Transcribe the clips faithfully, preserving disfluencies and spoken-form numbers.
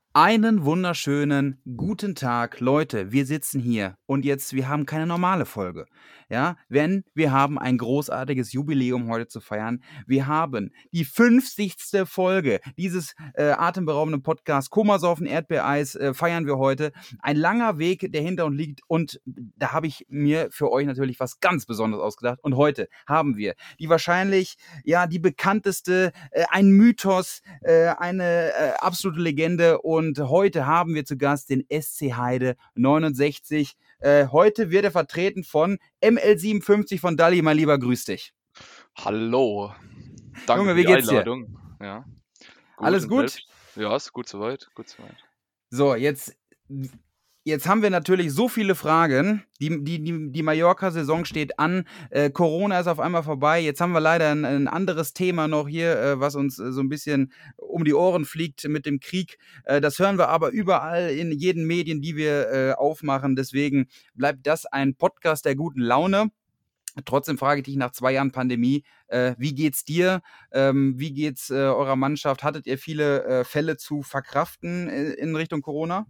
Einen wunderschönen guten Tag, Leute. Wir sitzen hier und jetzt, wir haben keine normale Folge. Ja, denn wir haben ein großartiges Jubiläum heute zu feiern. Wir haben die fünfzigste Folge dieses äh, atemberaubenden Podcasts Komasaufen Erdbeereis äh, feiern wir heute. Ein langer Weg, der hinter uns liegt, und da habe ich mir für euch natürlich was ganz Besonderes ausgedacht. Und heute haben wir die wahrscheinlich, ja, die bekannteste, äh, ein Mythos, äh, eine äh, absolute Legende. Und heute haben wir zu Gast den S C Heide neunundsechzig. Äh, heute wird er vertreten von M L siebenundfünfzig von Dalli. Mein Lieber, grüß dich. Hallo. Danke Junge, für wie die geht's dir? Einladung. Ja. Gut Alles und gut? selbst? Ja, ist gut soweit. Gut soweit. So, jetzt, jetzt haben wir natürlich so viele Fragen. Die, die, die, die Mallorca-Saison steht an. Äh, Corona ist auf einmal vorbei. Jetzt haben wir leider ein, ein anderes Thema noch hier, äh, was uns äh, so ein bisschen um die Ohren fliegt mit dem Krieg. Äh, das hören wir aber überall in jeden Medien, die wir äh, aufmachen. Deswegen bleibt das ein Podcast der guten Laune. Trotzdem frage ich dich nach zwei Jahren Pandemie, äh, wie geht's dir? Ähm, wie geht's äh, eurer Mannschaft? Hattet ihr viele äh, Fälle zu verkraften in, in Richtung Corona?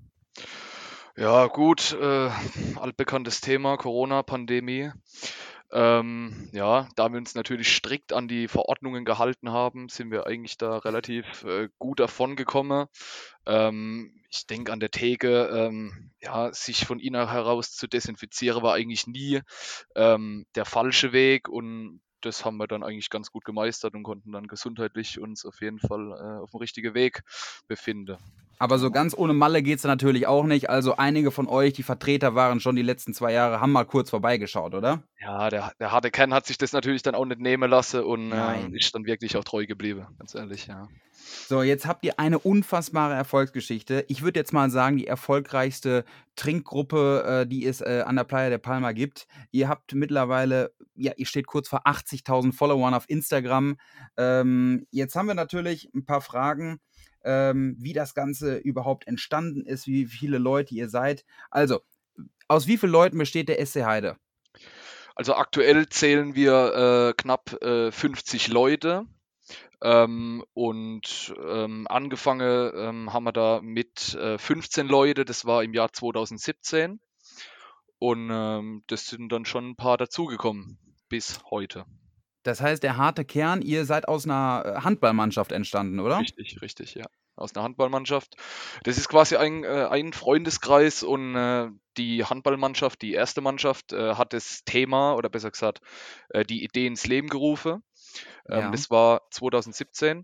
Ja, gut. Äh, altbekanntes Thema, Corona-Pandemie. Ähm, ja, da wir uns natürlich strikt an die Verordnungen gehalten haben, sind wir eigentlich da relativ äh, gut davon gekommen. Ähm, ich denke, an der Theke, ähm, ja, sich von innen heraus zu desinfizieren, war eigentlich nie ähm, der falsche Weg, und das haben wir dann eigentlich ganz gut gemeistert und konnten dann gesundheitlich uns auf jeden Fall äh, auf dem richtigen Weg befinden. Aber so Ja. ganz ohne Malle geht's natürlich auch nicht. Also einige von euch, die Vertreter waren schon die letzten zwei Jahre, haben mal kurz vorbeigeschaut, oder? Ja, der, der harte Kern hat sich das natürlich dann auch nicht nehmen lassen und äh, Nein. ist dann wirklich auch treu geblieben, ganz ehrlich, ja. So, jetzt habt ihr eine unfassbare Erfolgsgeschichte. Ich würde jetzt mal sagen, die erfolgreichste Trinkgruppe, äh, die es äh, an der Playa de Palma gibt. Ihr habt mittlerweile, ja, ihr steht kurz vor achtzigtausend Followern auf Instagram. Ähm, jetzt haben wir natürlich ein paar Fragen, ähm, wie das Ganze überhaupt entstanden ist, wie viele Leute ihr seid. Also, aus wie vielen Leuten besteht der S C Heide? Also aktuell zählen wir äh, knapp äh, fünfzig Leute. Ähm, und ähm, angefangen ähm, haben wir da mit äh, fünfzehn Leute, das war im Jahr zweitausendsiebzehn. Und ähm, das sind dann schon ein paar dazugekommen bis heute. Das heißt, der harte Kern, ihr seid aus einer äh, Handballmannschaft entstanden, oder? Richtig, richtig, ja. Aus einer Handballmannschaft. Das ist quasi ein, äh, ein Freundeskreis, und äh, die Handballmannschaft, die erste Mannschaft, äh, hat das Thema, oder besser gesagt, äh, die Idee ins Leben gerufen. Ähm, Ja. das war zweitausendsiebzehn,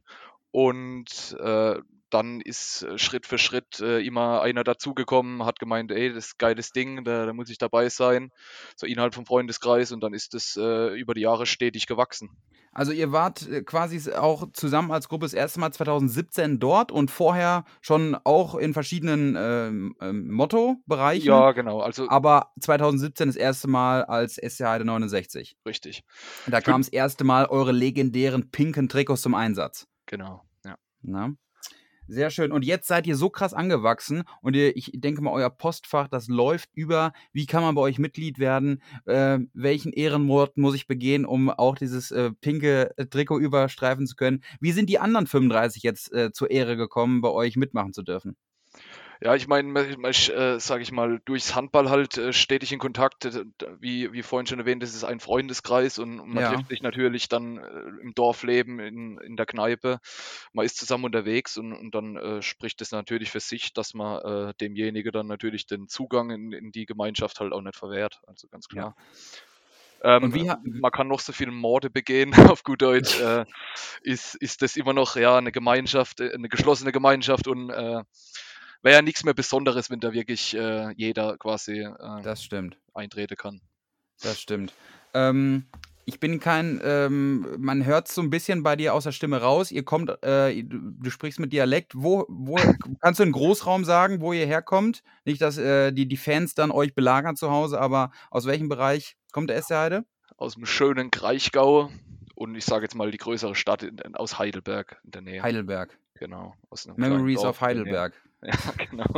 und äh, dann ist äh, Schritt für Schritt äh, immer einer dazugekommen, hat gemeint, ey, das ist ein geiles Ding, da, da muss ich dabei sein, so innerhalb vom Freundeskreis, und dann ist das äh, über die Jahre stetig gewachsen. Also ihr wart äh, quasi s- auch zusammen als Gruppe das erste Mal zweitausendsiebzehn dort und vorher schon auch in verschiedenen ähm, ähm, Motto-Bereichen, Ja, genau, also aber zweitausendsiebzehn das erste Mal als S C Heide neunundsechzig. richtig. Da kam Fünf, das erste Mal eure legendären pinken Trikots zum Einsatz. genau, ja. Na? Sehr schön. Und jetzt seid ihr so krass angewachsen und ihr, ich denke mal, euer Postfach, das läuft über. Wie kann man bei euch Mitglied werden? Äh, welchen Ehrenmord muss ich begehen, um auch dieses äh, pinke äh, Trikot überstreifen zu können? Wie sind die anderen fünfunddreißig jetzt äh, zur Ehre gekommen, bei euch mitmachen zu dürfen? Ja, ich meine, ich, äh, sage ich mal, durchs Handball halt äh, stetig in Kontakt. Äh, Wie, wie vorhin schon erwähnt, das ist ein Freundeskreis, und man Ja. trifft sich natürlich dann äh, im Dorfleben, in, in der Kneipe. Man ist zusammen unterwegs, und, und dann äh, spricht es natürlich für sich, dass man äh, demjenigen dann natürlich den Zugang in, in die Gemeinschaft halt auch nicht verwehrt. Also ganz Ja. klar. Und Ähm, wie ha man kann noch so viele Morde begehen, auf gut Deutsch, äh, ist, ist das immer noch ja eine Gemeinschaft, äh, eine geschlossene Gemeinschaft, und äh, wäre ja nichts mehr Besonderes, wenn da wirklich äh, jeder quasi äh, Das stimmt. eintreten kann. Das stimmt. Ähm, ich bin kein, ähm, man hört so ein bisschen bei dir aus der Stimme raus. Ihr kommt, äh, du, du sprichst mit Dialekt. Wo, wo, kannst du in Großraum sagen, wo ihr herkommt? Nicht, dass äh, die, die Fans dann euch belagern zu Hause, aber aus welchem Bereich kommt der S C Heide? Aus dem schönen Kraichgau, und ich sage jetzt mal die größere Stadt in, in, aus Heidelberg in der Nähe. Heidelberg. Genau, aus einem kleinen Memories Dorf of in der Nähe. Heidelberg. Ja, genau.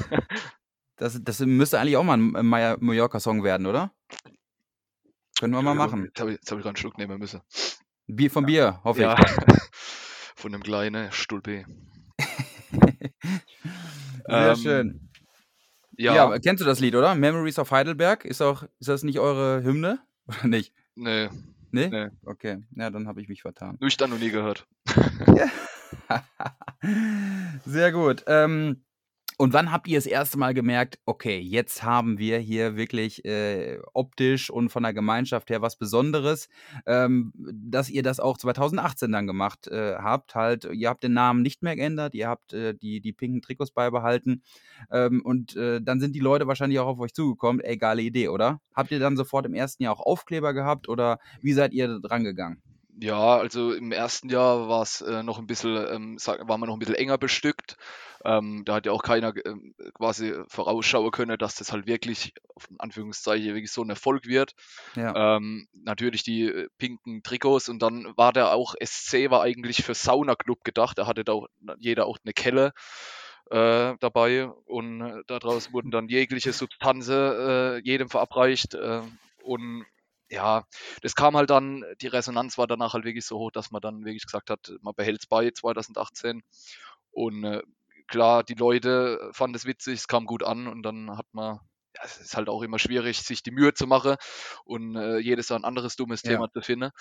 Das, das müsste eigentlich auch mal ein Maya- Mallorca-Song werden, oder? Können wir mal Entschuldigung, machen. jetzt habe ich, jetzt hab ich gerade einen Schluck nehmen müssen. Bier von Bier, hoffe ich. Ja, von einem kleinen Stulpe. Sehr schön. Ähm, Ja, ja, kennst du das Lied, oder? Memories of Heidelberg? Ist auch, ist das nicht eure Hymne? Oder nicht? ne, Nee? ne, Okay. Ja, dann habe ich mich vertan. nüchtern noch nie gehört. Ja. Sehr gut. Ähm, und wann habt ihr das erste Mal gemerkt, okay, jetzt haben wir hier wirklich äh, optisch und von der Gemeinschaft her was Besonderes, ähm, dass ihr das auch zweitausendachtzehn dann gemacht äh, habt. Halt, ihr habt den Namen nicht mehr geändert, ihr habt äh, die, die pinken Trikots beibehalten ähm, und äh, dann sind die Leute wahrscheinlich auch auf euch zugekommen. Ey, geile Idee, oder? Habt ihr dann sofort im ersten Jahr auch Aufkleber gehabt oder wie seid ihr dran gegangen? Ja, also im ersten Jahr war's, äh, noch ein bisschen, ähm, sag war man noch ein bisschen enger bestückt. Ähm, da hat ja auch keiner, ähm, quasi vorausschauen können, dass das halt wirklich, auf in Anführungszeichen, wirklich so ein Erfolg wird. Ja, Ähm, natürlich die, äh, pinken Trikots und dann war der auch S C war eigentlich für Saunaclub gedacht. Da hatte da auch jeder auch eine Kelle, äh, dabei und, äh, da draus wurden dann jegliche Substanzen, äh, jedem verabreicht, ähm, und ja, das kam halt dann die Resonanz war danach halt wirklich so hoch, dass man dann wirklich gesagt hat, man behält's bei zweitausendachtzehn und, äh, klar, die Leute fanden es witzig, es kam gut an und dann hat man ja, es ist halt auch immer schwierig, sich die Mühe zu machen und, äh, jedes Jahr 'n anderes dummes ja. Thema zu finden.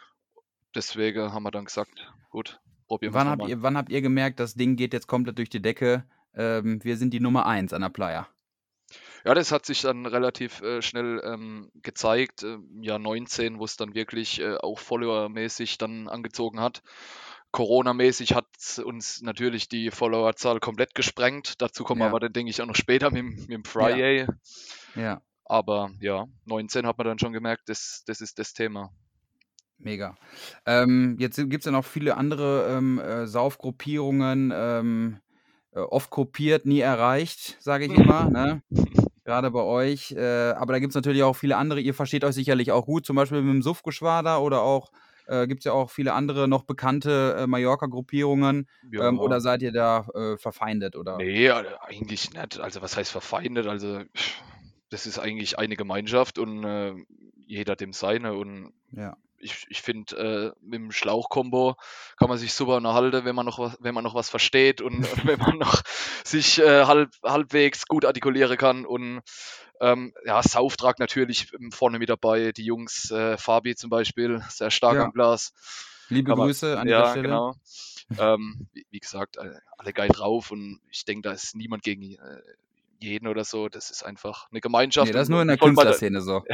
Deswegen haben wir dann gesagt: „Gut, probieren wir's Wann noch habt mal." ihr, wann habt ihr gemerkt, das Ding geht jetzt komplett durch die Decke? Ähm, wir sind die Nummer eins an der Playa. Ja, das hat sich dann relativ, äh, schnell, ähm, gezeigt, äh, im Jahr neunzehn, wo's dann wirklich, äh, auch followermäßig dann angezogen hat. Coronamäßig hat's uns natürlich die Followerzahl komplett gesprengt. Dazu kommen wir Ja, aber dann, denke ich, auch noch später mit dem mit dem ja, Friday. ja, Aber ja, neunzehn hat man dann schon gemerkt, das das ist das Thema. mega. Ähm, jetzt gibt es ja noch viele andere ähm, äh, Saufgruppierungen, ähm, äh, oft kopiert, nie erreicht, sage ich immer, ne? Gerade bei euch. Äh, aber da gibt es natürlich auch viele andere. Ihr versteht euch sicherlich auch gut, zum Beispiel mit dem Suffgeschwader oder auch äh, gibt es ja auch viele andere noch bekannte äh, Mallorca-Gruppierungen. Ähm, Ja. oder seid ihr da äh, verfeindet? Oder? Ne, äh, eigentlich nicht. Also, was heißt verfeindet? Also, das ist eigentlich eine Gemeinschaft und, äh, jeder dem seine und Ja. ich ich finde, äh, mit dem Schlauchkombo kann man sich super unterhalten, wenn man noch was wenn man noch was versteht und wenn man noch sich, äh, halb halbwegs gut artikulieren kann und, ähm, ja, Sauftrag natürlich, ähm, vorne mit dabei. Die Jungs, äh, Fabi zum Beispiel, sehr stark Ja. am Glas. Liebe Kann man Grüße an dieser ja, Stelle. genau. Ähm, wie wie gesagt, äh, alle geil drauf und ich denke, da ist niemand gegen, äh, jeden oder so. Das ist einfach eine Ne, Gemeinschaft das ist und nur in und die der soll man da Künstlerszene so.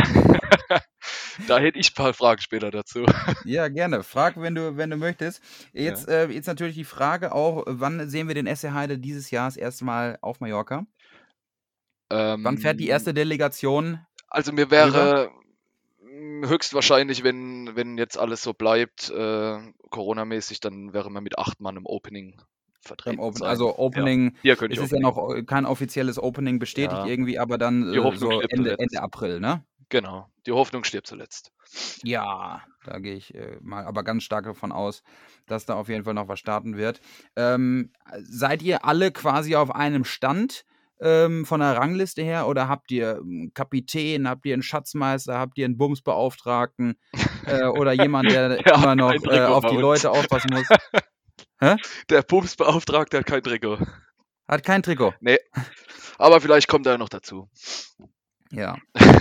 da hätte ich ein paar Fragen später dazu. Ja, gerne. Frag, wenn du, wenn du möchtest. Ja. Jetzt, äh, jetzt natürlich die Frage auch, wann sehen wir den S C Heide dieses Jahr das erste Mal auf Mallorca? Wann fährt die Ähm, erste Delegation also, mir rüber? wäre, hm, höchstwahrscheinlich, wenn wenn jetzt alles so bleibt, äh, coronamäßig, dann wäre man mit acht Mann im Opening Beim vertreten Open, sein. also Ja, Opening, hier könnte es ich ist ja Opening noch machen. äh, kein offizielles Opening bestätigt Ja, irgendwie, aber dann die äh, Hoffnung so stirbt Ende, Ende zuletzt. April, ne? Genau, die Hoffnung stirbt zuletzt. Ja, da gehe ich äh, mal aber ganz stark davon aus, dass da auf jeden Fall noch was starten wird. Ähm, seid ihr alle quasi auf einem Stand ähm, von der Rangliste her oder habt ihr einen Kapitän, habt ihr einen Schatzmeister, habt ihr einen Bumsbeauftragten äh, oder jemand, der Der hat immer noch kein äh, Trikot auf bei die uns. Leute aufpassen muss? Hä? Der Bumsbeauftragte hat kein Trikot. Hat kein Trikot. Ne, aber vielleicht kommt er ja noch dazu. Ja.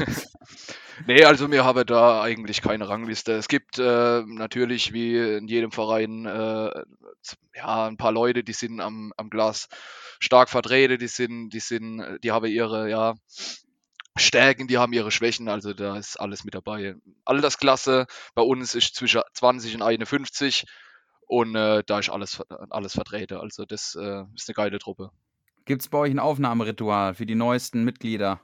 Ne, also wir haben da eigentlich keine Rangliste. Es gibt, äh, natürlich wie in jedem Verein, äh, z ja, 'n paar Leute, die sind am am Glas stark vertreten, die sind die sind äh, die haben ihre, ja, Stärken, die haben ihre Schwächen, also da ist alles mit dabei. Altersklasse bei uns ist zwischen zwanzig und einundfünfzig und, äh, da ist alles ver alles vertreten. Also das, äh, ist 'ne geile Truppe. Gibt es bei euch ein Aufnahmeritual für die neuesten Mitglieder?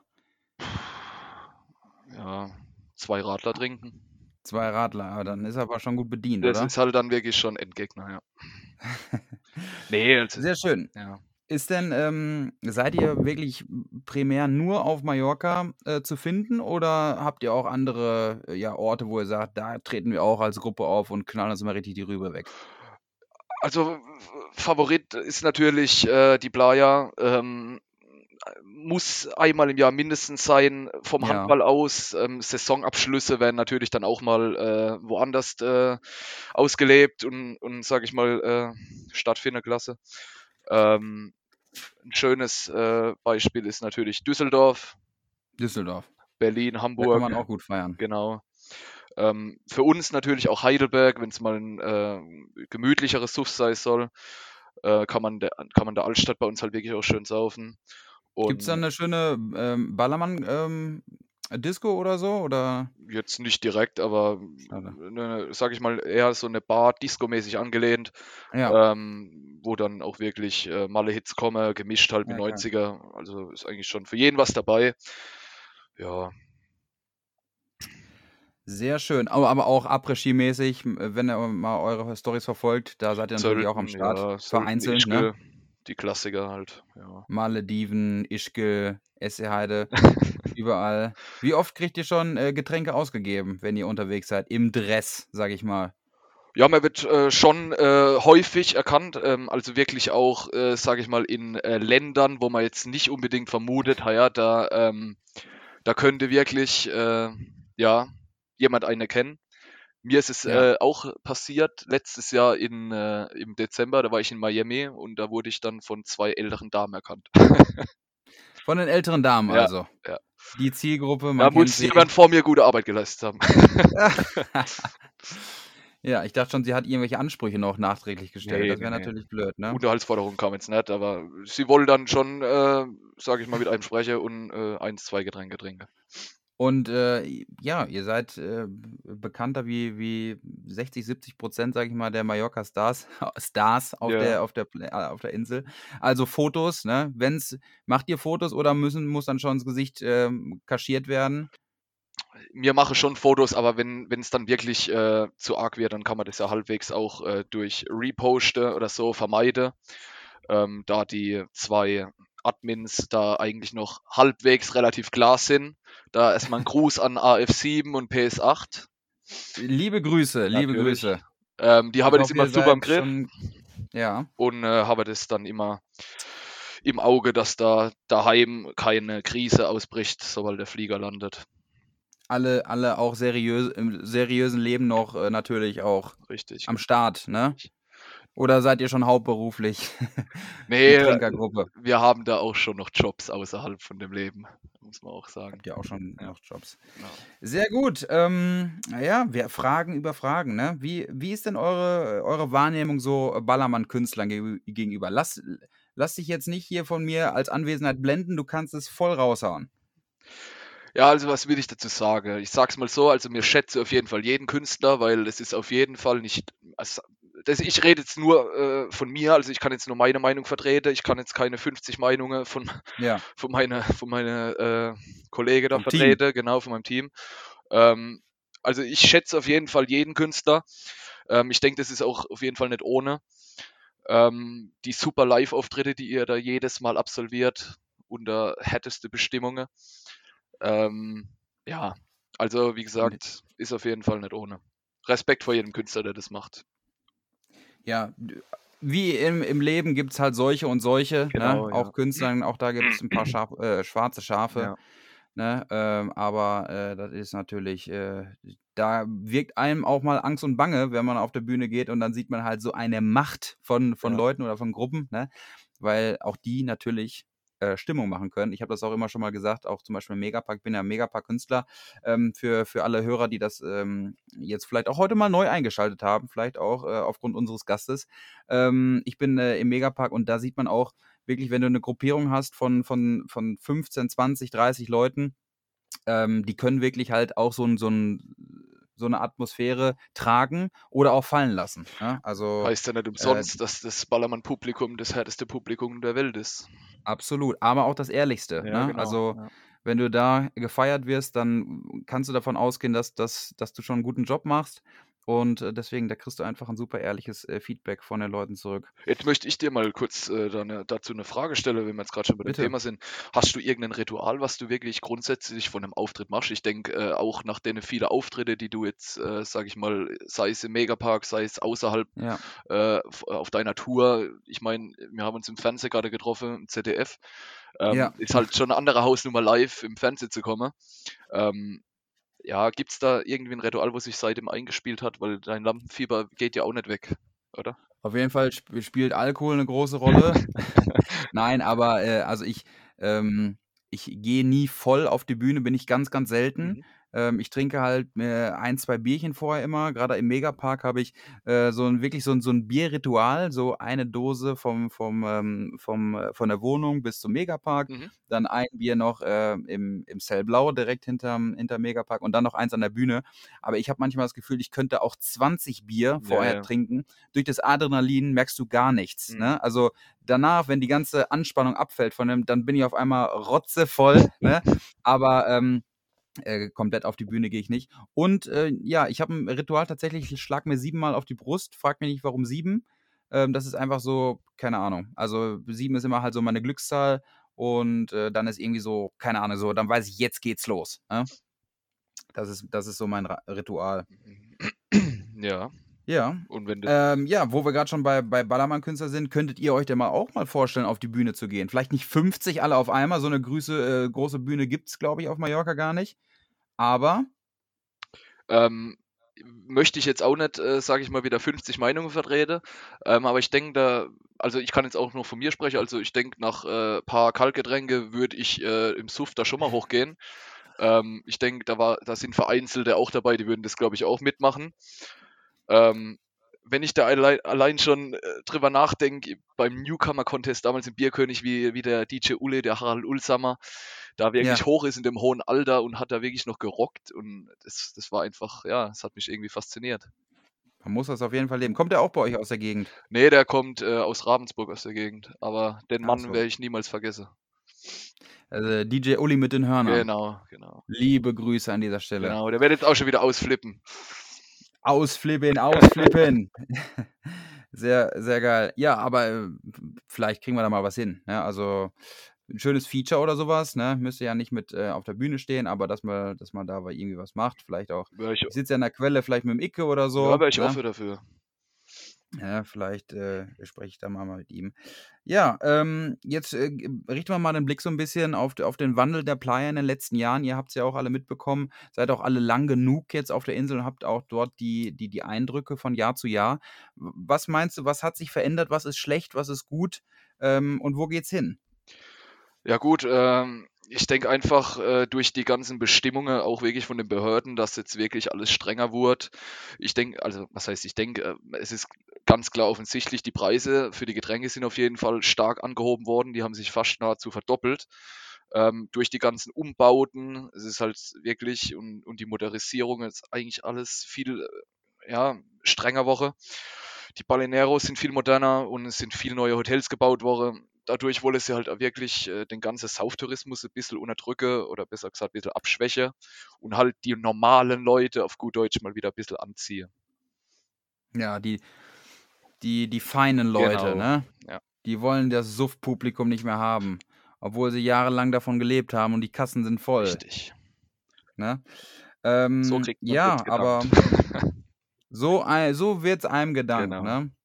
Ja, zwei Radler trinken. Zwei Radler, aber dann Mhm. ist er aber schon gut bedient, Das oder? ist halt dann wirklich schon Endgegner, ja. Ne, also Sehr schön. ja. Ist denn, ähm, seid ihr wirklich primär nur auf Mallorca äh, zu finden oder habt ihr auch andere äh, ja, Orte, wo ihr sagt, da treten wir auch als Gruppe auf und knallen uns mal richtig die Rübe weg? Also, Favorit ist natürlich, äh, die Playa, ähm, muss einmal im Jahr mindestens sein. Vom Ja, Handball aus, ähm, Saisonabschlüsse werden natürlich dann auch mal, äh, woanders, äh, ausgelebt und und sage ich mal, äh, stattfinden, klasse. Ähm ein schönes äh, Beispiel ist natürlich Düsseldorf, Düsseldorf. Berlin, Da kann Hamburg, man auch gut feiern. genau. Ähm, für uns natürlich auch Heidelberg, wenn es mal ein äh, gemütlicheres Suff sein soll, äh, kann man der, kann man der Altstadt bei uns halt wirklich auch schön saufen. Gibt es da Und eine schöne ähm, Ballermann ähm, Disco oder so? Oder? jetzt nicht direkt, aber Schade. ne, sag ich mal, eher so eine Bar, Disco-mäßig angelehnt, Ja, ähm, wo dann auch wirklich äh, Malle-Hits kommen, gemischt halt mit ja, geil. neunziger. Also ist eigentlich schon für jeden was dabei. Ja, Sehr schön. Aber, aber auch Après-Ski-mäßig, m- wenn ihr mal eure Stories verfolgt, da seid ihr natürlich auch am Sölden, Start. ja, Sölden, Vereinzelt, ne? Ischgl, die Klassiker halt, ja. Malediven, Ischgl, Esseheide, überall. Wie oft kriegt ihr schon äh, Getränke ausgegeben, wenn ihr unterwegs seid? Im Dress, sag ich mal. Ja, man wird äh, schon äh, häufig erkannt, ähm, also wirklich auch, äh, sage ich mal, in äh, Ländern, wo man jetzt nicht unbedingt vermutet, ha ja, da, ähm, da könnte wirklich äh, ja, jemand einen kennen. Mir ist es Ja. äh, auch passiert, letztes Jahr in, äh, im Dezember, da war ich in Miami und da wurde ich dann von zwei älteren Damen erkannt. Von den älteren Damen Ja, also. ja. Die Zielgruppe, Da man kennt muss sie. jemand vor mir gute Arbeit geleistet haben. Ja, ich dachte schon, sie hat irgendwelche Ansprüche noch nachträglich gestellt. Nee, Das nee, wäre nee. natürlich blöd, ne? Unterhaltsforderung kam jetzt nicht, aber sie wollen dann schon, äh, sage ich mal, mit einem sprechen und äh, eins, zwei Getränke trinken. Und äh, ja, ihr seid äh, bekannter wie, wie sechzig, siebzig Prozent, sage ich mal, der Mallorca-Stars Stars auf Ja. der, auf der, Pla- äh, auf der Insel. Also Fotos, ne? Wenn's, macht ihr Fotos oder müssen, muss dann schon das Gesicht ähm, kaschiert werden? Mir mache schon Fotos, aber wenn es dann wirklich äh, zu arg wird, dann kann man das ja halbwegs auch äh, durch Reposte oder so vermeiden. Ähm, da die zwei Admins da eigentlich noch halbwegs relativ klar sind. Da erstmal ein Gruß an A F sieben und P S acht, Liebe Grüße, liebe natürlich. Grüße. Ähm, die Ich haben das hoffe, immer ihr super im seid Griff schon, ja, und äh, haben das dann immer im Auge, dass da daheim keine Krise ausbricht, sobald der Flieger landet. alle, alle auch seriös, im seriösen Leben noch äh, natürlich auch Richtig, am genau. Start, ne? Oder seid ihr schon hauptberuflich die Nee, Trinkergruppe? wir haben da auch schon noch Jobs außerhalb von dem Leben, muss man auch sagen. Habt ihr auch schon Ja, noch Jobs? genau. Sehr gut. Ähm, ja, wir Fragen über Fragen, ne? Wie, wie ist denn eure, eure Wahrnehmung so äh, Ballermann-Künstlern ge gegenüber? Lass, lass dich jetzt nicht hier von mir als Anwesenheit blenden, du kannst es voll raushauen. Ja, also was will ich dazu sagen? Ich sag's mal so, also mir schätze auf jeden Fall jeden Künstler, weil es ist auf jeden Fall nicht, also das, ich rede jetzt nur äh, von mir, also ich kann jetzt nur meine Meinung vertreten, ich kann jetzt keine fünfzig Meinungen von, Ja, von meiner von meine, äh, Kollegen da vom Team. vertreten, genau, von meinem Team. Ähm, also ich schätze auf jeden Fall jeden Künstler. Ähm, ich denke, das ist auch auf jeden Fall nicht ohne. Ähm, die super Live-Auftritte, die ihr da jedes Mal absolviert, unter härteste Bestimmungen. Ähm, ja, also wie Und gesagt, ist auf jeden Fall nicht ohne. Respekt vor jedem Künstler, der das macht. ja, d- wie im, im Leben gibt es halt solche und solche, ne? Genau, ja. Auch Künstlern, auch da gibt es ein paar Schaf äh, schwarze Schafe. Ja, Ne? Ähm, aber äh, das ist natürlich, äh, da wirkt einem auch mal Angst und Bange, wenn man auf der Bühne geht und dann sieht man halt so eine Macht von, von ja. Leuten oder von Gruppen, ne? Weil auch die natürlich äh, Stimmung machen können. Ich habe das auch immer schon mal gesagt, auch zum Beispiel im Megapark, ich bin ja Megapark-Künstler, ähm, für, für alle Hörer, die das ähm, jetzt vielleicht auch heute mal neu eingeschaltet haben, vielleicht auch äh, aufgrund unseres Gastes. Ähm, ich bin äh, im Megapark und da sieht man auch, wirklich, wenn du eine Gruppierung hast von, von, von fünfzehn, zwanzig, dreißig Leuten, ähm, die können wirklich halt auch so, ein, so, ein, so eine Atmosphäre tragen oder auch fallen lassen. Ne? Also Heißt ja nicht äh, umsonst, dass das Ballermann-Publikum das härteste Publikum der Welt ist. absolut, aber auch das Ehrlichste. Ja, Ne? genau. Also Ja. wenn du da gefeiert wirst, dann kannst du davon ausgehen, dass, dass, dass du schon einen guten Job machst. Und äh, deswegen, da kriegst du einfach ein super ehrliches äh, Feedback von den Leuten zurück. Jetzt möchte ich dir mal kurz äh, da ne, dazu eine Frage stellen, wenn wir jetzt gerade schon bei dem Bitte. Thema sind. Hast du irgendein Ritual, was du wirklich grundsätzlich von einem Auftritt machst? Ich denke, äh, auch nach den vielen Auftritte, die du jetzt, äh, sage ich mal, sei es im Megapark, sei es außerhalb Ja. äh, f- auf deiner Tour, ich meine, wir haben uns im Fernsehen gerade getroffen, im Z D F, Ja. ähm, ist halt schon eine andere Hausnummer, live im Fernsehen zu kommen. Ähm, ja, gibt es da irgendwie ein Ritual, wo sich seitdem eingespielt hat? Weil dein Lampenfieber geht ja auch nicht weg, oder? Auf jeden Fall sp spielt Alkohol eine große Rolle. Nein, aber, äh, also ich ähm, ich gehe nie voll auf die Bühne, bin ich ganz, ganz selten. Mhm. Ähm, ich trinke halt, äh, ein, zwei Bierchen vorher immer. Grade im Megapark habe ich, äh, so 'n wirklich so 'n so 'n Bierritual, so eine Dose vom vom, ähm vom äh, von der Wohnung bis zum Megapark, Mhm. dann ein Bier noch, äh, im im Cell Blau direkt hinterm hinterm Megapark und dann noch eins an der Bühne. Aber ich habe manchmal das Gefühl, ich könnte auch zwanzig Bier Ja, vorher ja. trinken. Durch das Adrenalin merkst du gar nichts, Mhm. ne? Also, danach, wenn die ganze Anspannung abfällt von dem, dann bin ich auf einmal rotzevoll, ne? Aber, ähm, äh, komplett auf die Bühne gehe ich nicht. Und, äh, ja, ich habe 'n Ritual tatsächlich, ich schlage mir siebenmal auf die Brust, frage mich nicht, warum sieben. Ähm, das ist einfach so, keine Ahnung. Also, sieben ist immer halt so meine Glückszahl und, äh, dann ist irgendwie so, keine Ahnung, so, dann weiß ich, jetzt geht's los, ne? Das ist das ist so mein Ra Ritual. Ja. Ja. Und wenn das Ähm, ja, wo wir grad schon bei bei Ballermann-Künstler sind, könntet ihr euch denn mal auch mal vorstellen, auf die Bühne zu gehen? Vielleicht nicht fünfzig alle auf einmal, so 'ne Grüße äh, große Bühne gibt's, glaube ich, auf Mallorca gar nicht. Aber Ähm, möchte ich jetzt auch nicht, äh, sage ich mal, wieder fünfzig Meinungen vertrete. Ähm, aber ich denke da also ich kann jetzt auch nur von mir sprechen, also ich denke, nach, äh, paar Kaltgetränke würde ich, äh, im Suff da schon mal hochgehen. Ähm, ich denke, da war da sind Vereinzelte auch dabei, die würden das, glaube ich, auch mitmachen. Ähm, wenn ich da allein allein schon, äh, drüber nachdenke, beim Newcomer-Contest damals im Bierkönig, wie wie der D J Ulle, der Harald Ulsamer, da wirklich ja, hoch ist in dem hohen Alter und hat da wirklich noch gerockt und das das war einfach ja, das hat mich irgendwie fasziniert. man muss das auf jeden Fall leben. Kommt der auch bei euch aus der Gegend? Ne, der kommt, äh, aus Ravensburg aus der Gegend, aber den Ach Mann so. werde ich niemals vergessen. Also, D J Uli mit den Hörnern. Genau, genau. Liebe Grüße an dieser Stelle. Genau, der wird jetzt auch schon wieder ausflippen. Ausflippen, ausflippen. Sehr, sehr geil. Ja, aber, äh, vielleicht kriegen wir da mal was hin, ne? Also, 'n schönes Feature oder so was, ne? Müsste ja nicht mit, äh, auf der Bühne stehen, aber dass man dass man da mal irgendwie was macht. Vielleicht auch Wäre ich ich sitze ja an der Quelle, vielleicht mit dem Icke oder ja, so, wäre ich ne? offen dafür. Ja, vielleicht, äh, spreche ich da mal mit ihm. Ja, ähm, jetzt, äh, g richten wir mal den Blick so 'n bisschen auf d auf den Wandel der Playa in den letzten Jahren. Ihr habt's ja auch alle mitbekommen, seid auch alle lang genug jetzt auf der Insel und habt auch dort die die die Eindrücke von Jahr zu Jahr. W was meinst du, was hat sich verändert? Was ist schlecht? Was ist gut? Ähm, und wo geht's hin? Ja gut, ähm, ich denke einfach, äh, durch die ganzen Bestimmungen, auch wirklich von den Behörden, dass jetzt wirklich alles strenger wurde. Ich denke also, was heißt ich denke, äh, es ist ganz klar offensichtlich, die Preise für die Getränke sind auf jeden Fall stark angehoben worden. Die haben sich fast nahezu verdoppelt. Ähm, durch die ganzen Umbauten, es ist halt wirklich und und die Modernisierung ist eigentlich alles viel, äh, ja, strenger Woche. Die Baleneros sind viel moderner und es sind viel neue Hotels gebaut worden. Dadurch wollen sie halt auch wirklich, äh, den ganzen Sauftourismus ein bisschen unterdrücken oder besser gesagt ein bisschen abschwächen und halt die normalen Leute auf gut Deutsch mal wieder ein bisschen anziehen. Ja, die die die feinen Leute, Genau, ne? ja. Die wollen das Suff-Publikum nicht mehr haben, obwohl sie jahrelang davon gelebt haben und die Kassen sind voll, Richtig. ne? So Ähm, kriegt man's ja, jetzt gedankt. aber so ei so wird's einem gedankt, Genau. ne?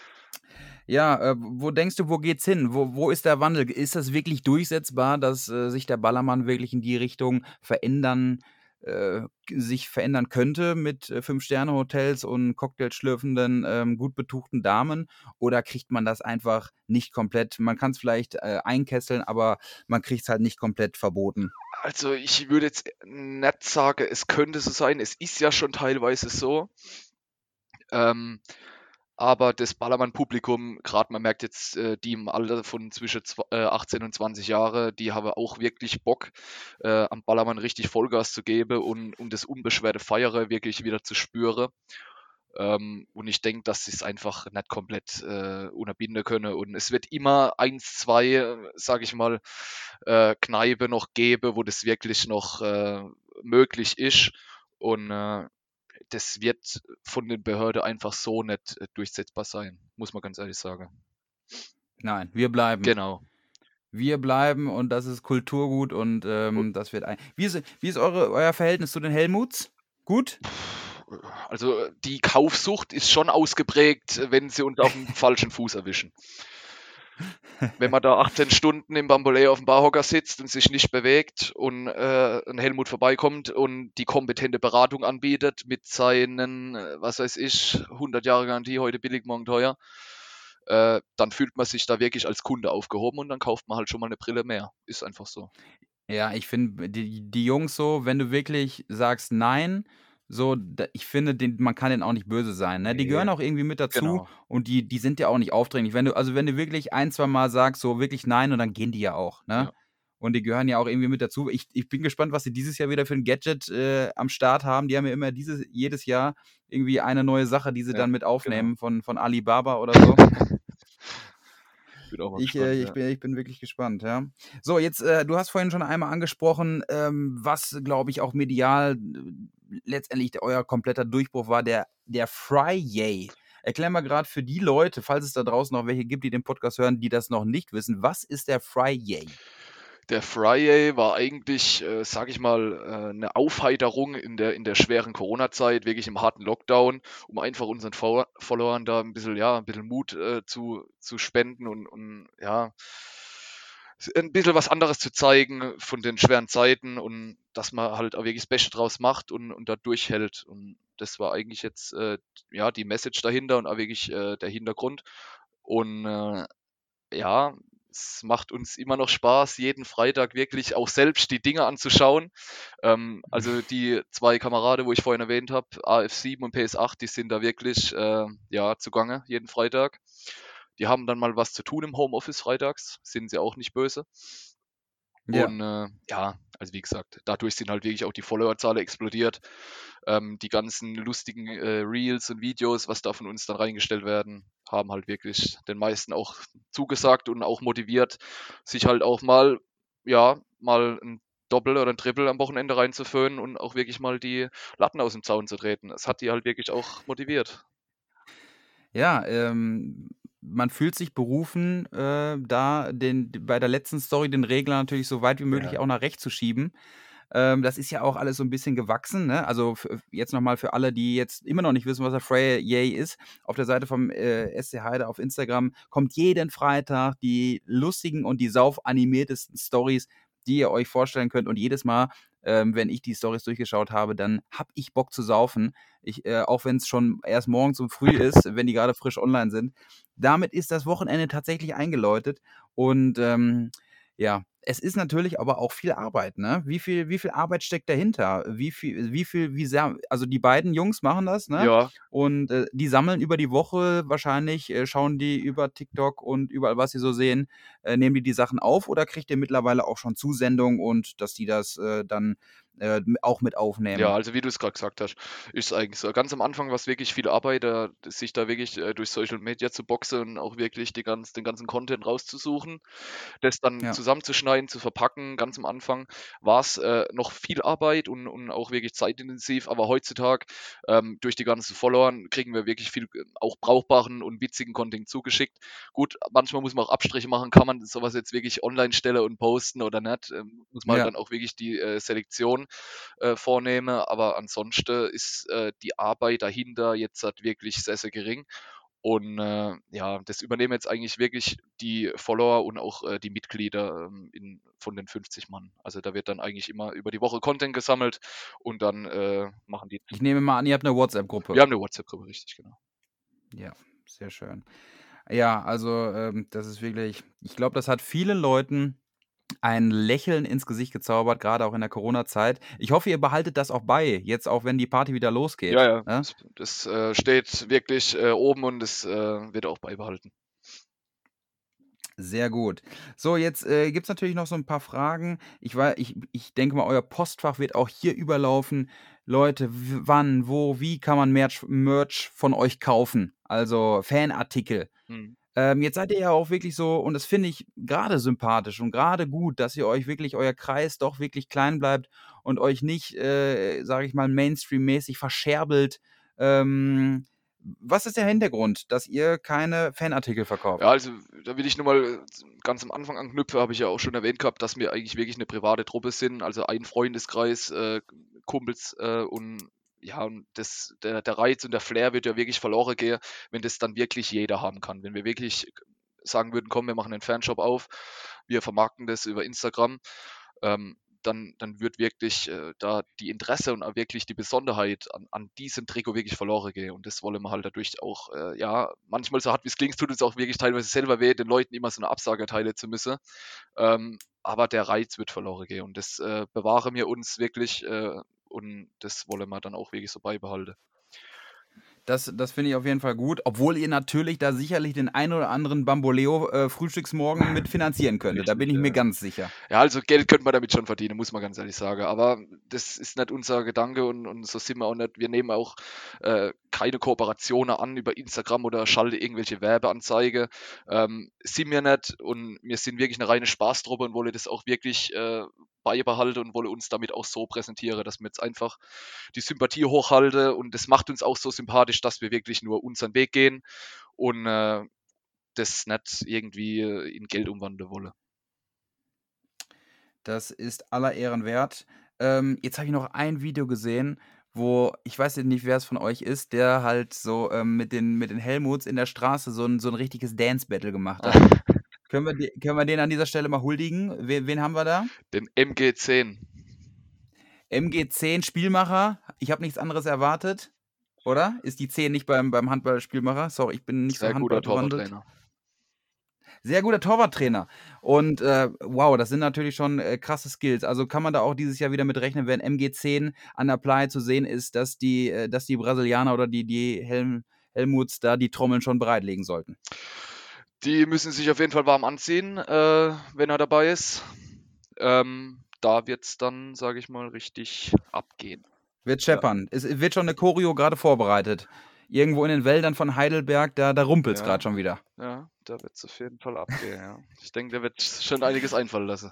Ja, äh, wo denkst du, wo geht's hin? Wo wo ist der Wandel? Ist das wirklich durchsetzbar, dass, äh, sich der Ballermann wirklich in die Richtung verändern äh, sich verändern könnte mit, äh, Fünf-Sterne-Hotels und cocktailschlürfenden, ähm, gut betuchten Damen? Oder kriegt man das einfach nicht komplett man kann's vielleicht, äh, einkesseln, aber man kriegt's halt nicht komplett verboten? Also, ich würde jetzt nicht sagen, es könnte so sein. Es ist ja schon teilweise so. Ähm, aber das Ballermann-Publikum, gerade man merkt jetzt, äh, die im Alter von zwischen zw äh, achtzehn und zwanzig Jahre, die haben auch wirklich Bock, äh, am Ballermann richtig Vollgas zu geben und und das unbeschwerte Feiern wirklich wieder zu spüren. Ähm, und ich denke, dass sie's einfach nicht komplett, äh, unterbinden können. Und es wird immer eins, zwei, äh, sage ich mal, äh, Kneipen noch geben, wo das wirklich noch, äh, möglich ist. Und, äh, das wird von den Behörden einfach so nicht, äh, durchsetzbar sein, muss man ganz ehrlich sagen. Nein, wir bleiben. Genau. Wir bleiben und das ist Kulturgut und, U ähm, das wird ein wie ist wie ist eure euer Verhältnis zu den Helmuts? Gut? Also, die Kaufsucht ist schon ausgeprägt, wenn sie uns auf'm falschen Fuß erwischen. Wenn man da achtzehn Stunden im Bamboleo auf dem Barhocker sitzt und sich nicht bewegt und äh, ein Helmut vorbeikommt und die kompetente Beratung anbietet mit seinen, äh, was weiß ich, hundert Jahre Garantie, heute billig, morgen teuer, äh, dann fühlt man sich da wirklich als Kunde aufgehoben und dann kauft man halt schon mal eine Brille mehr. Ist einfach so. Ja, ich finde, die, die Jungs so, wenn du wirklich sagst nein, so, da, ich finde, den, man kann denen auch nicht böse sein. Ne? Die Nee, gehören auch irgendwie mit dazu genau. und die, die sind ja auch nicht aufdringlich. Wenn du, also wenn du wirklich ein, zwei Mal sagst, so wirklich nein, und dann gehen die ja auch, ne? Ja. Und die gehören ja auch irgendwie mit dazu. Ich, ich bin gespannt, was sie dieses Jahr wieder für ein Gadget äh, am Start haben. Die haben ja immer dieses, jedes Jahr irgendwie eine neue Sache, die sie Ja, dann mit genau. aufnehmen von, von Alibaba oder so. Bin auch mal Ich, gespannt, äh, ich ja. bin ich bin wirklich gespannt, ja. So, jetzt, äh, du hast vorhin schon einmal angesprochen, ähm, was, glaube ich, auch medial äh, letztendlich euer kompletter Durchbruch war, der der Fry-Yay. Erklär mal gerade für die Leute, falls es da draußen noch welche gibt, die den Podcast hören, die das noch nicht wissen, was ist der Fry-Yay? Der Friday war eigentlich, äh, sage ich mal, äh, 'ne Aufheiterung in der in der schweren Corona-Zeit, wirklich im harten Lockdown, um einfach unseren Follower Followern da ein bisschen ja, ein bisschen Mut, äh, zu zu spenden und und ja, s 'n bisschen was anderes zu zeigen von den schweren Zeiten und dass man halt auch wirklich das Beste draus macht und und da durchhält. Und das war eigentlich jetzt, äh, ja, die Message dahinter und auch wirklich, äh, der Hintergrund. Und, äh, ja, es macht uns immer noch Spaß, jeden Freitag wirklich auch selbst die Dinge anzuschauen. Ähm, also die zwei Kameraden, wo ich vorhin erwähnt habe, A F sieben und P S acht, die sind da wirklich äh, ja, zugange jeden Freitag. Die haben dann mal was zu tun im Homeoffice freitags, sind sie auch nicht böse. Ja. Und äh, ja, also wie gesagt, dadurch sind halt wirklich auch die Followerzahlen explodiert. Ähm, die ganzen lustigen äh, Reels und Videos, was da von uns dann reingestellt werden, haben halt wirklich den meisten auch zugesagt und auch motiviert, sich halt auch mal, ja, mal ein Doppel oder ein Triple am Wochenende reinzuföhnen und auch wirklich mal die Latten aus dem Zaun zu treten. Es hat die halt wirklich auch motiviert. Ja, ähm, man fühlt sich berufen, äh, da den bei der letzten Story den Regler natürlich so weit wie möglich Ja. auch nach rechts zu schieben. Ähm, das ist ja auch alles so ein bisschen gewachsen, ne? Also, f jetzt noch mal für alle, die jetzt immer noch nicht wissen, was der Frey Yay ist. Auf der Seite vom, äh, S C Heide auf Instagram kommt jeden Freitag die lustigen und die saufanimiertesten Stories, die ihr euch vorstellen könnt. Und jedes Mal, ähm, wenn ich die Stories durchgeschaut habe, dann habe ich Bock zu saufen. Ich, äh, auch wenn es schon erst morgens um früh ist, wenn die gerade frisch online sind. Damit ist das Wochenende tatsächlich eingeläutet und, ähm, ja, es ist natürlich aber auch viel Arbeit, ne? Wie viel wie viel Arbeit steckt dahinter? Wie viel wie viel wie sehr also, die beiden Jungs machen das, ne? Ja, Und, äh, die sammeln über die Woche wahrscheinlich, äh, schauen die über TikTok und überall, was sie so sehen, äh, nehmen die die Sachen auf oder kriegt ihr mittlerweile auch schon Zusendungen und dass die das, äh, dann, äh, auch mit Ja, aufnehmen? also wie du es gerade gesagt hast, ist eigentlich so. Ganz am Anfang war es wirklich viel Arbeit, da sich da wirklich, äh, durch Social Media zu boxen und auch wirklich die ganz den ganzen Content rauszusuchen. Das dann Ja. zusammenzuschneiden, zu verpacken. Ganz am Anfang war's, äh, noch viel Arbeit und und auch wirklich zeitintensiv, aber heutzutage, ähm, durch die ganzen Followern kriegen wir wirklich viel, äh, auch brauchbaren und witzigen Content zugeschickt. Gut, manchmal muss man auch Abstriche machen, kann man so was jetzt wirklich online stellen und posten oder nicht? Ähm, muss man halt Ja. dann auch wirklich die, äh, Selektion äh, vornehme. Aber ansonsten ist äh, die Arbeit dahinter jetzt halt wirklich sehr, sehr gering. Und äh, ja, das übernehmen jetzt eigentlich wirklich die Follower und auch äh, die Mitglieder ähm, in, von den fünfzig Mann. Also da wird dann eigentlich immer über die Woche Content gesammelt und dann äh, machen die. Ich nehme mal an, ihr habt 'ne WhatsApp-Gruppe. Wir haben eine WhatsApp-Gruppe, richtig, genau. Ja, sehr schön. Ja, also, ähm, das ist wirklich ich glaube, das hat vielen Leuten ein Lächeln ins Gesicht gezaubert, gerade auch in der Corona-Zeit. Ich hoffe, ihr behaltet das auch bei, jetzt auch wenn die Party wieder Ja, losgeht, ja, ne? das, das äh, steht wirklich äh, oben und das äh, wird auch beibehalten. Sehr gut. So, jetzt, äh, gibt's natürlich noch so ein paar Fragen. Ich wei ich ich denke mal, euer Postfach wird auch hier überlaufen. Leute, w wann, wo, wie kann man Merch Merch von euch kaufen? Also, Fanartikel. Mhm. Ähm, jetzt seid ihr ja auch wirklich so und das finde ich gerade sympathisch und gerade gut, dass ihr euch wirklich euer Kreis doch wirklich klein bleibt und euch nicht, äh, sage ich mal, mainstreammäßig verscherbelt. Ähm, was ist der Hintergrund, dass ihr keine Fanartikel Ja, verkauft? also da will ich nur mal äh, ganz am Anfang anknüpfen, habe ich ja auch schon erwähnt gehabt, dass wir eigentlich wirklich eine private Truppe sind, also ein Freundeskreis, äh, Kumpels äh, und ja, und das, der, der Reiz und der Flair wird ja wirklich verloren gehen, wenn das dann wirklich jeder haben kann. Wenn wir wirklich sagen würden, komm, wir machen einen Fanshop auf, wir vermarkten das über Instagram, ähm, dann, dann wird wirklich äh, da die Interesse und auch wirklich die Besonderheit an, an diesem Trikot wirklich verloren gehen. Und das wollen wir halt dadurch auch, äh, ja, manchmal so hart wie es klingt, tut es auch wirklich teilweise selber weh, den Leuten immer so eine Absage erteilen zu müssen. Ähm, aber der Reiz wird verloren gehen. Und das äh, bewahren wir uns wirklich äh, und das wollen wir dann auch wirklich so beibehalten. Das, das finde ich auf jeden Fall gut, obwohl ihr natürlich da sicherlich den ein oder anderen Bamboleo äh, Frühstücksmorgen mit finanzieren könntet. Da Richtig, bin ich mir ja. ganz sicher. Ja, also Geld könnte man damit schon verdienen, muss man ganz ehrlich sagen. Aber das ist nicht unser Gedanke und, und so sind wir auch nicht. Wir nehmen auch äh, keine Kooperationen an über Instagram oder schalten irgendwelche Werbeanzeige. Ähm, sind wir nicht und wir sind wirklich eine reine Spaßtruppe und wollen das auch wirklich äh, beibehalten und wollen uns damit auch so präsentieren, dass wir jetzt einfach die Sympathie hochhalten und das macht uns auch so sympathisch, dass wir wirklich nur unseren Weg gehen und äh, das nicht irgendwie äh, in Geld umwandeln wollen. Das ist aller Ehren wert. Ähm, jetzt habe ich noch ein Video gesehen, wo, ich weiß jetzt nicht, wer es von euch ist, der halt so ähm, mit, den, mit den Helmuts in der Straße so ein, so ein richtiges Dance-Battle gemacht hat. Können wir, de- können wir den an dieser Stelle mal huldigen? Wen, wen haben wir da? Den M G zehn. M G zehn Spielmacher. Ich habe nichts anderes erwartet. Oder? Ist die zehn nicht beim, beim Handball-Spielmacher? Sorry, ich bin nicht so Sehr guter Handball bewandert. Torwarttrainer. Sehr guter Torwarttrainer. Und äh, wow, das sind natürlich schon äh, krasse Skills. Also kann man da auch dieses Jahr wieder mit rechnen, wenn M G zehn an der Playa zu sehen ist, dass die, äh, dass die Brasilianer oder die, die Helm, Helmuts da die Trommeln schon bereitlegen sollten. Die müssen sich auf jeden Fall warm anziehen, äh, wenn er dabei ist. Ähm, da wird es dann, sage ich mal, richtig abgehen. Wird Ja, scheppern. Es wird schon eine Choreo gerade vorbereitet. Irgendwo in den Wäldern von Heidelberg, da, da rumpelt es ja, gerade schon wieder. ja, da wird es auf jeden Fall abgehen. Ja. Ich denke, der wird schon einiges einfallen lassen.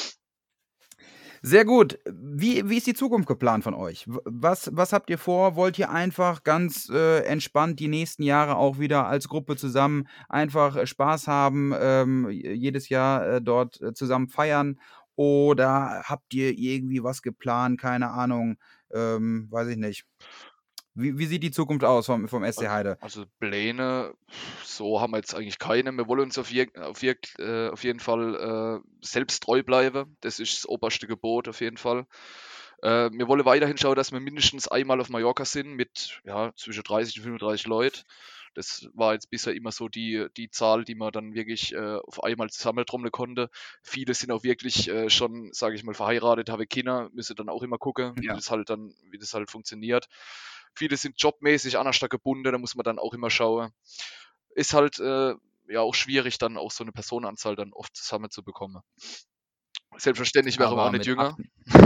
Sehr gut. Wie, wie ist die Zukunft geplant von euch? W- Was, was habt ihr vor? Wollt ihr einfach ganz äh, entspannt die nächsten Jahre auch wieder als Gruppe zusammen einfach äh, Spaß haben, ähm, j- jedes Jahr äh, dort äh, zusammen feiern? Oder habt ihr irgendwie was geplant? Keine Ahnung, ähm, weiß ich nicht. Wie, wie sieht die Zukunft aus vom, vom S C Also, Heide? also Pläne, so haben wir jetzt eigentlich keine. Wir wollen uns auf, je, auf, je, äh, auf jeden Fall äh, selbst treu bleiben. Das ist das oberste Gebot auf jeden Fall. Äh, wir wollen weiterhin schauen, dass wir mindestens einmal auf Mallorca sind mit ja, zwischen dreißig und fünfunddreißig Leuten. Das war jetzt bisher immer so die, die Zahl, die man dann wirklich äh, auf einmal zusammentrommeln konnte. Viele sind auch wirklich äh, schon, sage ich mal, verheiratet, haben Kinder, müssen dann auch immer gucken, wie Ja. das halt dann, wie das halt funktioniert. Viele sind jobmäßig an der Stadt gebunden, da muss man dann auch immer schauen. Ist halt äh, ja auch schwierig, dann auch so eine Personenanzahl dann oft zusammenzubekommen. Selbstverständlich wäre man auch Aber nicht mit acht. jünger.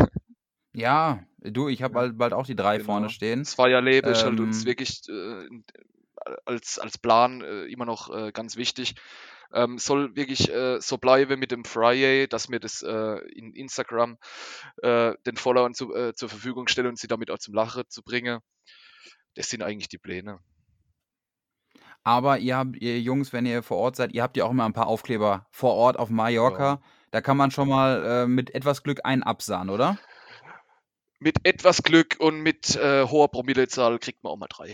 Ja, du, ich habe Ja, bald, bald auch die drei vorne genau. stehen. Das Feierleben ist halt uns Ähm, wirklich äh, als, als Plan äh, immer noch äh, ganz wichtig. Ähm, soll wirklich äh, so bleiben mit dem Friday, dass wir das äh, in Instagram äh, den Followern zu, äh, zur Verfügung stellen und sie damit auch zum Lachen zu bringen. Das sind eigentlich die Pläne. Aber ihr habt, ihr Jungs, wenn ihr vor Ort seid, ihr habt ja auch immer ein paar Aufkleber vor Ort auf Ja. Mallorca. Da kann man schon mal äh, mit etwas Glück einen absahen, oder? Mit etwas Glück und mit äh, hoher Promillezahl kriegt man auch mal drei.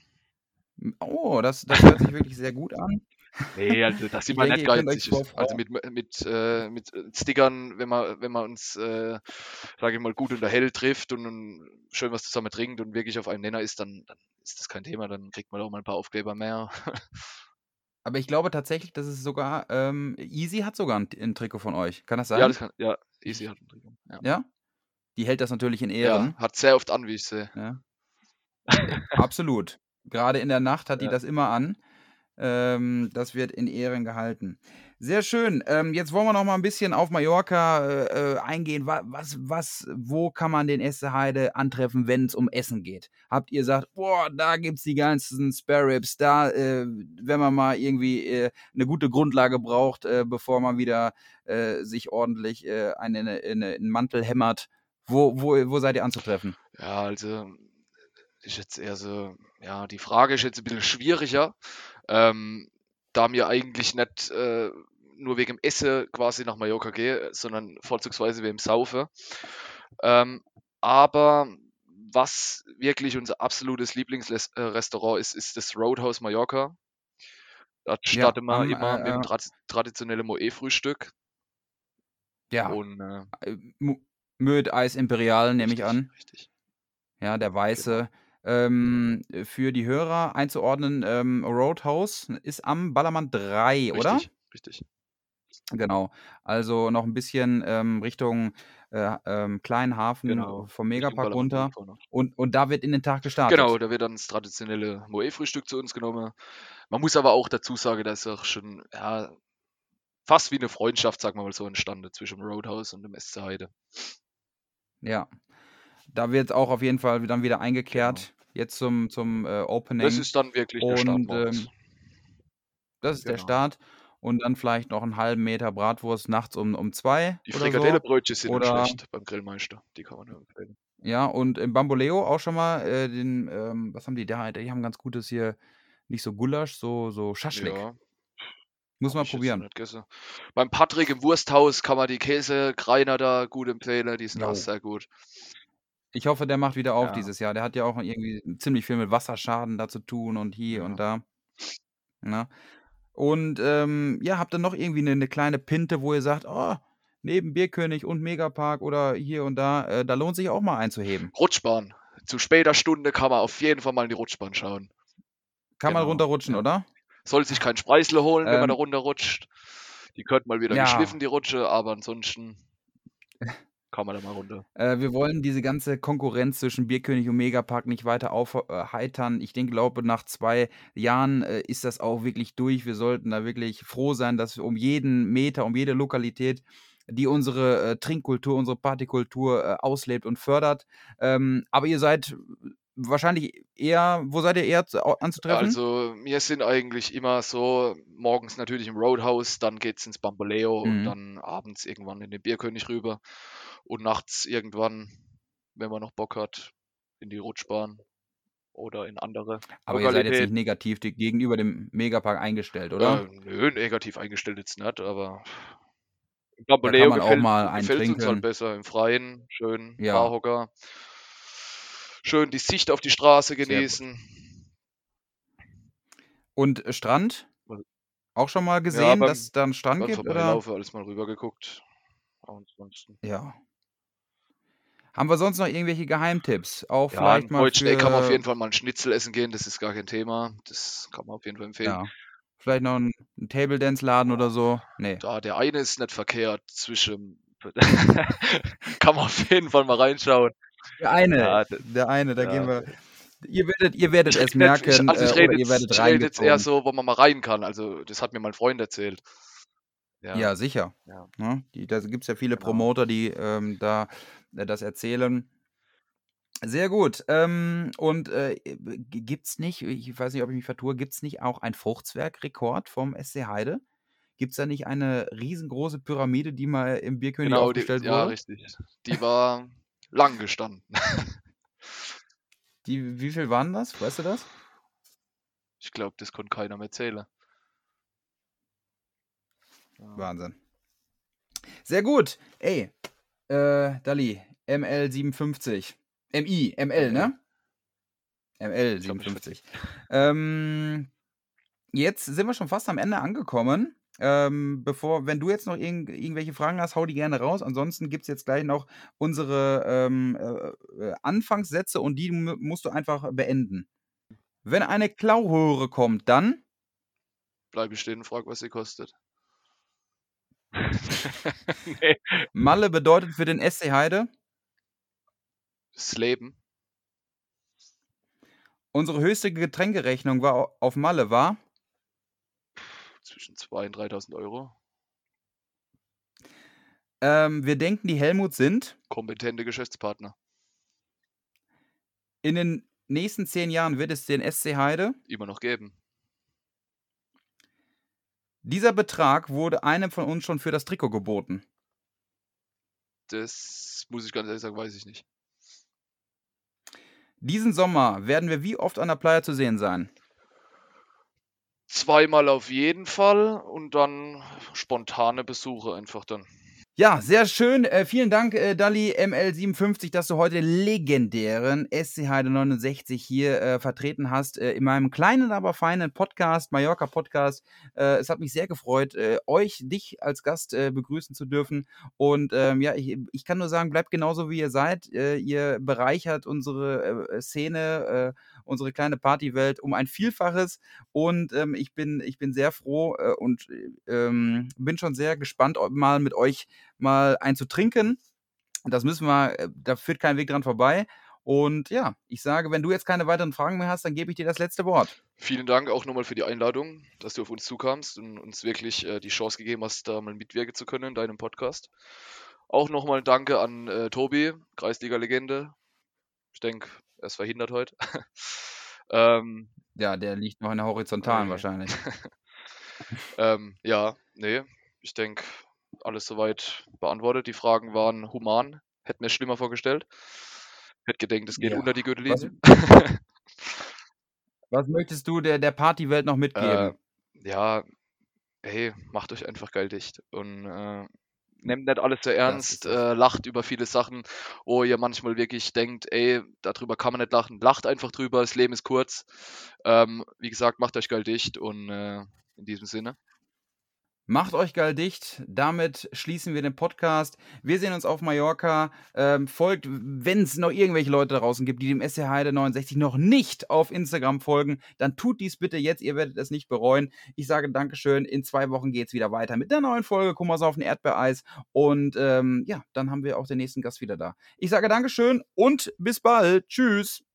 Oh, das, das hört sich wirklich sehr gut an. Nee, also da sind Ich wir denke, nicht ihr könnt euch geizig. Also vorfreuen. mit, mit, äh, mit Stickern, wenn man, wenn man uns, äh, sage ich mal, gut unterhält, trifft und, und schön was zusammen trinkt und wirklich auf einem Nenner ist, dann, dann ist das kein Thema. Dann kriegt man auch mal ein paar Aufkleber mehr. Aber ich glaube tatsächlich, dass es sogar, ähm, Easy hat sogar ein, ein Trikot von euch. Kann das Ja, sein? das kann, ja, easy Ich, hat ein Trikot. Ja. ja? Die hält das natürlich in Ja, Ehren. hat sehr oft an, wie ich sehe. Ja, absolut. Gerade in der Nacht hat die Ja. das immer an. Ähm, das wird in Ehren gehalten. Sehr schön. Ähm, jetzt wollen wir noch mal ein bisschen auf Mallorca äh, äh, eingehen. Was, was, was, wo kann man den S C Heide antreffen, wenn es um Essen geht? Habt ihr gesagt, boah, da gibt es die ganzen Spare Ribs, da, äh, wenn man mal irgendwie äh, eine gute Grundlage braucht, äh, bevor man wieder äh, sich ordentlich äh, einen, in, einen Mantel hämmert. Wo, wo, wo seid ihr anzutreffen? Ja, also ist jetzt eher so, ja, die Frage ist jetzt ein bisschen schwieriger, ähm, da mir eigentlich nicht äh, nur wegen dem Essen quasi nach Mallorca gehe, sondern vorzugsweise wegen dem Saufen. Ähm, aber was wirklich unser absolutes Lieblingsrestaurant ist, ist das Roadhouse Mallorca. Da Ja, starten wir am, immer mit äh, dem äh, trad traditionellen Moe-Frühstück. ja, Und äh, äh, Mu Moet Eis Imperial, nehme ich richtig, an. richtig, Ja, der genau. weiße. Ähm, für die Hörer einzuordnen, ähm, Roadhouse ist am Ballermann drei, oder? Richtig, richtig. Genau. Also noch ein bisschen, ähm, Richtung, äh, ähm, kleinen Hafen Genau, vom Richtung Megapark Ballermann runter runter, ne? und und da wird in den Tag Genau, gestartet? da wird dann das traditionelle Moe-Frühstück zu uns genommen. Man muss aber auch dazu sagen, da ist auch schon, ja, fast wie 'ne Freundschaft, sagen wir mal so, entstanden zwischen dem Roadhouse und dem S C Heide. Ja. Da wird auch auf jeden Fall dann wieder Genau. eingekehrt, jetzt zum zum, äh, Das Opening ist dann wirklich der Start und, morgens. ähm das ist der Genau. Start und dann vielleicht noch 'n halben Meter Bratwurst nachts um um zwei Die oder so Frikadellebrötchen sind nicht oder schlecht beim Grillmeister, die kann man nur empfehlen. ja, und im Bamboleo auch schon mal, äh, den, ähm was haben die da? Die haben ganz gutes hier, nicht so Gulasch, so so Schaschlik. Ja. Muss Habe man ich jetzt noch probieren. nicht gegessen. Beim Patrick im Wursthaus kann man die Käsekreiner da gut empfehlen, die sind auch Jo. sehr gut. Ich hoffe, der macht wieder auf Ja. dieses Jahr. Der hat ja auch irgendwie ziemlich viel mit Wasserschaden da zu tun und hier und Ja. da, ne? Und, ähm, ja, habt ihr noch irgendwie 'ne 'ne kleine Pinte, wo ihr sagt: „Oh, neben Bierkönig und Megapark oder hier und da, äh, da lohnt sich auch mal einzuheben?“ Rutschbahn. Zu später Stunde kann man auf jeden Fall mal in die Rutschbahn schauen. Kann man Genau, runterrutschen, ja. oder? Soll sich kein Spreisel holen, wenn man da Ähm runterrutscht. Die gehört mal wieder geschliffen, Ja. die Rutsche, aber ansonsten kann man da mal runter. Äh, wir wollen diese ganze Konkurrenz zwischen Bierkönig und Megapark nicht weiter auf äh, heitern. Ich denke glaube, nach zwei Jahren, äh, ist das auch wirklich durch. Wir sollten da wirklich froh sein, dass wir um jeden Meter, um jede Lokalität, die unsere, äh, Trinkkultur, unsere Partykultur, äh, auslebt und fördert. Ähm, aber ihr seid wahrscheinlich eher wo seid ihr eher zu au anzutreffen? Also, wir sind eigentlich immer so morgens natürlich im Roadhouse, dann geht's ins Bamboleo und Mhm. dann abends irgendwann in den Bierkönig rüber und nachts irgendwann, wenn man noch Bock hat, in die Rutschbahn oder in andere Aber ihr seid jetzt nicht Lokalitäten. negativ de gegenüber dem Megapark eingestellt, oder? Äh, nö, negativ eingestellt jetzt nicht, aber im Da kann Bamboleo man auch gefällt mal einen gefällt's uns halt trinken. besser im Freien, schön Ja. Barhocker. Schön die Sicht auf die Straße Sehr gut. genießen. Und Strand? Was Auch schon mal Ja, gesehen, beim dass da 'n Strand beim gibt, oder? Vorbeilaufen alles mal rüber geguckt. Ansonsten Ja. Haben wir sonst noch irgendwelche Geheimtipps? Auch Ja, vielleicht 'n mal deutschen Eck kann man auf für jeden Fall mal 'n Schnitzel essen gehen, das ist gar kein Thema. Das kann man auf jeden Fall empfehlen. Ja. Vielleicht noch 'n 'n Table Dance Laden oder Boah, so? Ne. da der eine ist nicht verkehrt zwischen kann man auf jeden Fall mal reinschauen. Der eine, Ja, d der eine, da gehen ja, wir d ihr werdet ihr werdet Ich es rede nicht ich merken, also, äh, ich oder rede ihr jetzt werdet ich rede jetzt eher reingezogen. so, wo man mal rein kann. Also, das hat mir mein Freund erzählt. Ja. Ja, sicher, Ja. ne? Die da gibt's ja viele Genau. Promoter, die, ähm, da, äh, das erzählen. Sehr gut. Ähm, und, äh, g gibt's nicht ich weiß nicht, ob ich mich vertue, gibt's nicht auch einen Fruchtzwerg-Rekord vom S C Heide? Gibt's da nicht eine riesengroße Pyramide, die mal im Bierkönig Genau, die aufgestellt ja, wurde? richtig. Die war lang gestanden. Die wie viel waren das? Weißt du das? Ich glaube, das konnte keiner mehr zählen. Ja. Wahnsinn. Sehr gut. Ey, äh, Dalli, M L siebenundfünfzig. M I, M L, M L. ne? M L Ich habe mich verti siebenundfünfzig. Ähm, jetzt sind wir schon fast am Ende angekommen. Ähm, bevor wenn du jetzt noch irgend irgendwelche Fragen hast, hau die gerne raus. Ansonsten gibt's jetzt gleich noch unsere, ähm, äh, äh, Anfangssätze und die mu musst du einfach beenden. Wenn eine Klauhure kommt, dann? Bleibe ich stehen und frage, was sie kostet. Ne. Malle bedeutet für den S C Heide? Das Leben. Unsere höchste Getränkerechnung war au auf Malle war? Zwischen zwei und dreitausend Euro. Ähm, wir denken, die Helmuts sind? Kompetente Geschäftspartner. In den nächsten zehn Jahren wird es den S C Heide? Immer noch geben. Dieser Betrag wurde einem von uns schon für das Trikot geboten. Das muss ich ganz ehrlich sagen, weiß ich nicht. Diesen Sommer werden wir wie oft an der Playa zu sehen sein? Zweimal auf jeden Fall und dann spontane Besuche einfach dann. Ja, sehr schön. Äh, vielen Dank, äh, Dalli M L siebenundfünfzig, dass du heute den legendären S C Heide neunundsechzig hier äh, vertreten hast, äh, in meinem kleinen, aber feinen Podcast, Mallorca-Podcast. Äh, es hat mich sehr gefreut, äh, euch, dich als Gast äh, begrüßen zu dürfen. Und ähm, ja, ich, ich kann nur sagen, bleibt genauso, wie ihr seid. Äh, ihr bereichert unsere äh, Szene, äh, unsere kleine Partywelt um ein Vielfaches. Und ähm, ich bin, ich bin sehr froh äh, und ähm, bin schon sehr gespannt, ob mal mit euch mal einen zu trinken. Das müssen wir, äh, da führt kein Weg dran vorbei. Und ja, ich sage, wenn du jetzt keine weiteren Fragen mehr hast, dann gebe ich dir das letzte Wort. Vielen Dank auch nochmal für die Einladung, dass du auf uns zukamst und uns wirklich äh, die Chance gegeben hast, da mal mitwirken zu können in deinem Podcast. Auch nochmal Danke an äh, Tobi, Kreisliga-Legende. Ich denke, er ist verhindert heute. ähm, Ja, der liegt noch in der Horizontalen okay. wahrscheinlich. ähm, ja, nee, ich denke, alles soweit beantwortet. Die Fragen waren human, hätte mir schlimmer vorgestellt. Hätte gedacht, es geht Ja. unter die Was, Gürtellinie. was möchtest du der, der Partywelt noch äh, mitgeben? ja, hey, macht euch einfach geil dicht und äh, nehmt nicht alles so Das ist ernst, das. äh, lacht über viele Sachen, wo ihr manchmal wirklich denkt, ey, darüber kann man nicht lachen. Lacht einfach drüber, das Leben ist kurz. Ähm, wie gesagt, macht euch geil dicht und äh, in diesem Sinne. Macht euch geil dicht. Damit schließen wir den Podcast. Wir sehen uns auf Mallorca. Ähm, folgt, wenn es noch irgendwelche Leute da draußen gibt, die dem S C Heide neunundsechzig noch nicht auf Instagram folgen, dann tut dies bitte jetzt. Ihr werdet es nicht bereuen. Ich sage Dankeschön. In zwei Wochen geht es wieder weiter mit der neuen Folge Kummersaufen Erdbeereis. Und ähm, ja, dann haben wir auch den nächsten Gast wieder da. Ich sage Dankeschön und bis bald. Tschüss.